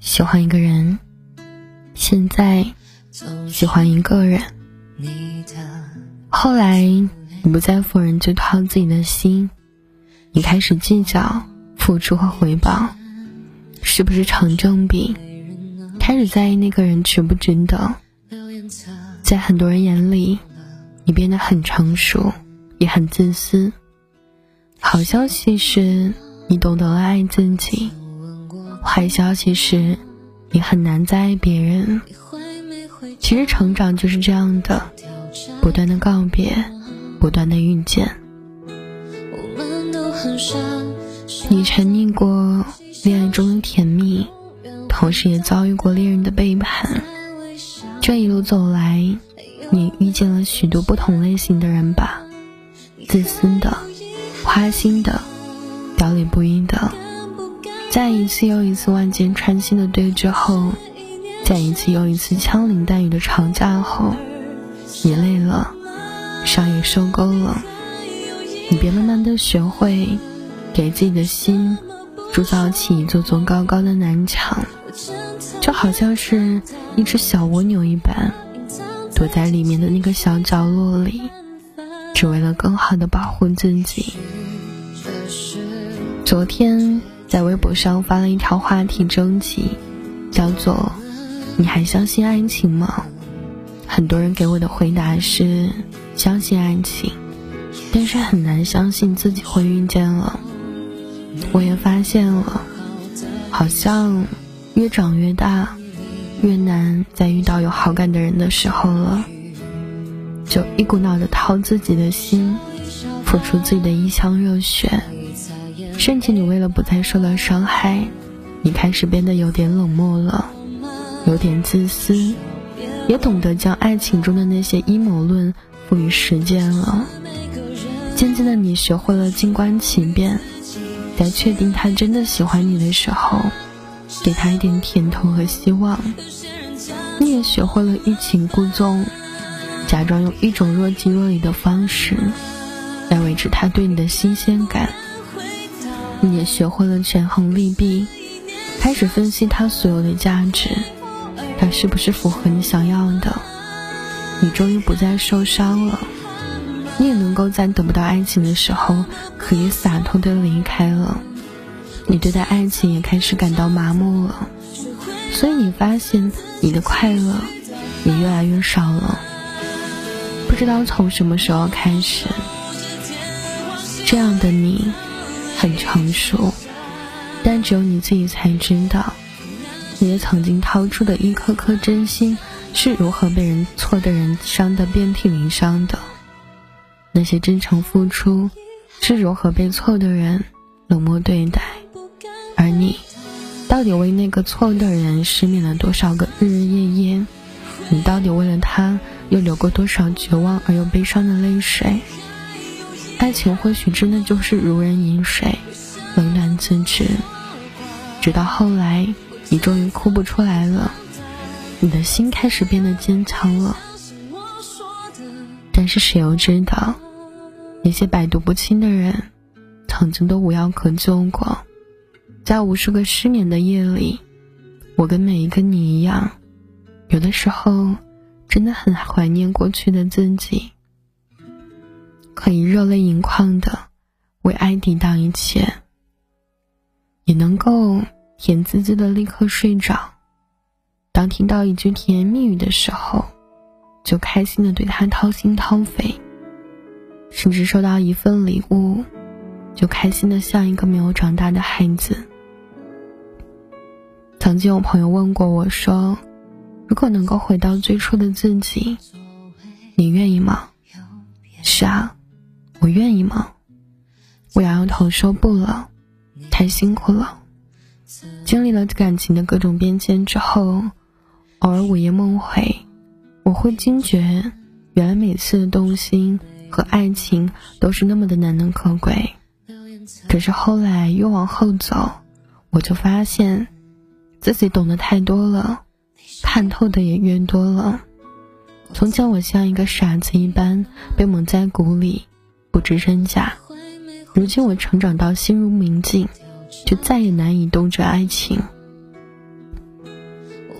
喜欢一个人，现在喜欢一个人，后来你不再否认这套自己的心，你开始计较付出和回报是不是成正比，开始在意那个人值不值得。在很多人眼里，你变得很成熟，也很自私。好消息是你懂得了爱自己，坏消息是你很难再爱别人。其实成长就是这样的，不断的告别，不断的遇见。你沉溺过恋爱中的甜蜜，同时也遭遇过恋人的背叛。这一路走来，你遇见了许多不同类型的人吧，自私的，花心的，表里不一的。在一次又一次万箭穿心的对峙后，在一次又一次枪林弹雨的吵架后，你累了，伤也受够了，你别慢慢的学会给自己的心铸造起一座座高高的南墙，就好像是一只小蜗牛一般，躲在里面的那个小角落里，只为了更好的保护自己。昨天在微博上发了一条话题征集，叫做你还相信爱情吗？很多人给我的回答是相信爱情，但是很难相信自己会遇见了。我也发现了，好像越长越大，越难再遇到有好感的人的时候了，就一股脑的掏自己的心，付出自己的一腔热血，甚至你为了不再受到伤害，你开始变得有点冷漠了，有点自私，也懂得将爱情中的那些阴谋论赋予实践了。渐渐的，你学会了静观其变，在确定他真的喜欢你的时候，给他一点甜头和希望。你也学会了欲擒故纵，假装用一种若即若离的方式来维持他对你的新鲜感。你也学会了权衡利弊，开始分析他所有的价值，他是不是符合你想要的。你终于不再受伤了，你也能够在得不到爱情的时候可以洒脱地离开了。你对待爱情也开始感到麻木了，所以你发现你的快乐也越来越少了。不知道从什么时候开始，这样的你很成熟，但只有你自己才知道，你也曾经掏出的一颗颗真心是如何被人错的人伤得遍体鳞伤的，那些真诚付出是如何被错的人冷漠对待，而你到底为那个错的人失眠了多少个日日夜夜，你到底为了他又流过多少绝望而又悲伤的泪水。爱情或许真的就是如人饮水，冷暖自知。直到后来你终于哭不出来了，你的心开始变得坚强了。但是谁又知道，那些百毒不侵的人曾经都无药可救过。在无数个失眠的夜里，我跟每一个你一样，有的时候真的很怀念过去的自己，可以热泪盈眶的为爱抵挡一切，也能够甜滋滋的立刻睡着。当听到一句甜言蜜语的时候，就开心的对他掏心掏肺，甚至收到一份礼物，就开心的像一个没有长大的孩子。曾经有朋友问过我说，如果能够回到最初的自己，你愿意吗？是啊，我愿意吗？我摇摇头说不了，太辛苦了。经历了感情的各种变迁之后，偶尔午夜梦回，我会惊觉，原来每次的动心和爱情都是那么的难能可贵。可是后来越往后走，我就发现自己懂得太多了，看透的也越多了。从前我像一个傻子一般被蒙在鼓里，不知真假。如今我成长到心如明镜，就再也难以动辄爱情。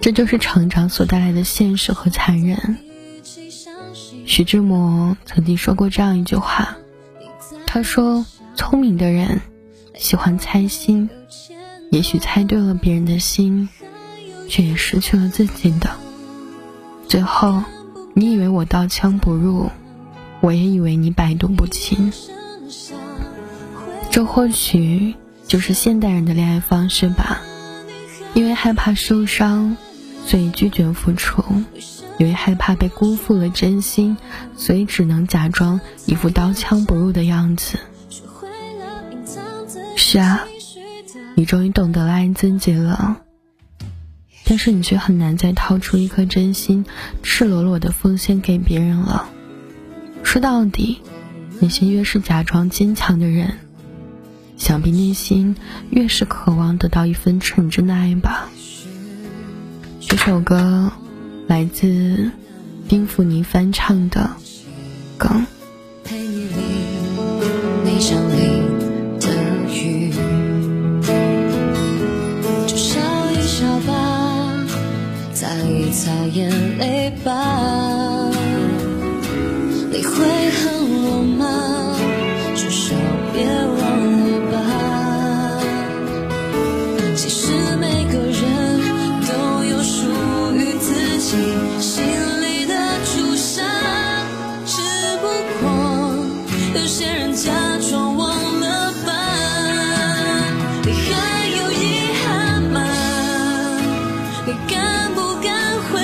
这就是成长所带来的现实和残忍。徐志摩曾经说过这样一句话，他说，聪明的人喜欢猜心，也许猜对了别人的心，却也失去了自己的。最后你以为我刀枪不入，我也以为你百毒不侵。这或许就是现代人的恋爱方式吧，因为害怕受伤，所以拒绝付出；因为害怕被辜负了真心，所以只能假装一副刀枪不入的样子。是啊，你终于懂得了爱自己了，但是你却很难再掏出一颗真心，赤裸裸地奉献给别人了。说到底，那些越是假装坚强的人，想必内心越是渴望得到一份纯真的爱吧。这首歌来自丁福尼翻唱的梗。 陪你淋你想淋的雨，就笑一笑吧，擦一擦眼泪吧。你会恨我吗？至少别忘了吧。其实每个人都有属于自己心里的朱砂，只不过有些人假装忘了吧。你还有遗憾吗？你敢不敢回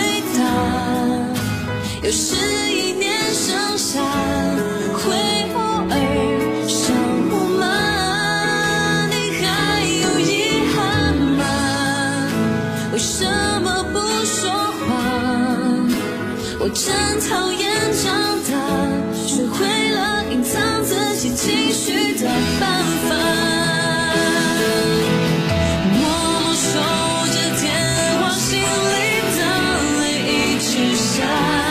答？有时一念生下，会偶尔想我吗？你还有遗憾吗？为什么不说话？我真讨厌长大，学会了隐藏自己情绪的办法，默默守着电话，心里的泪一直下。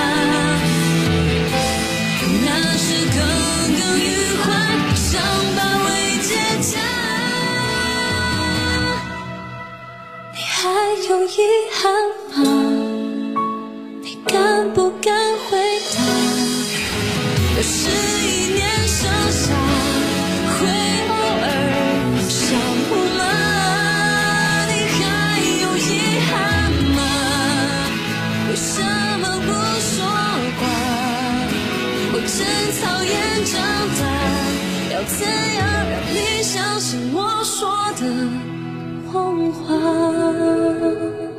那时耿耿于怀，想把胃结痂。你还有遗憾吗？你敢不敢回答？有时一念生下，会偶尔想我吗？你还有遗憾吗？为什么不说话？我真讨厌长大，要怎样让你相信我说的谎话？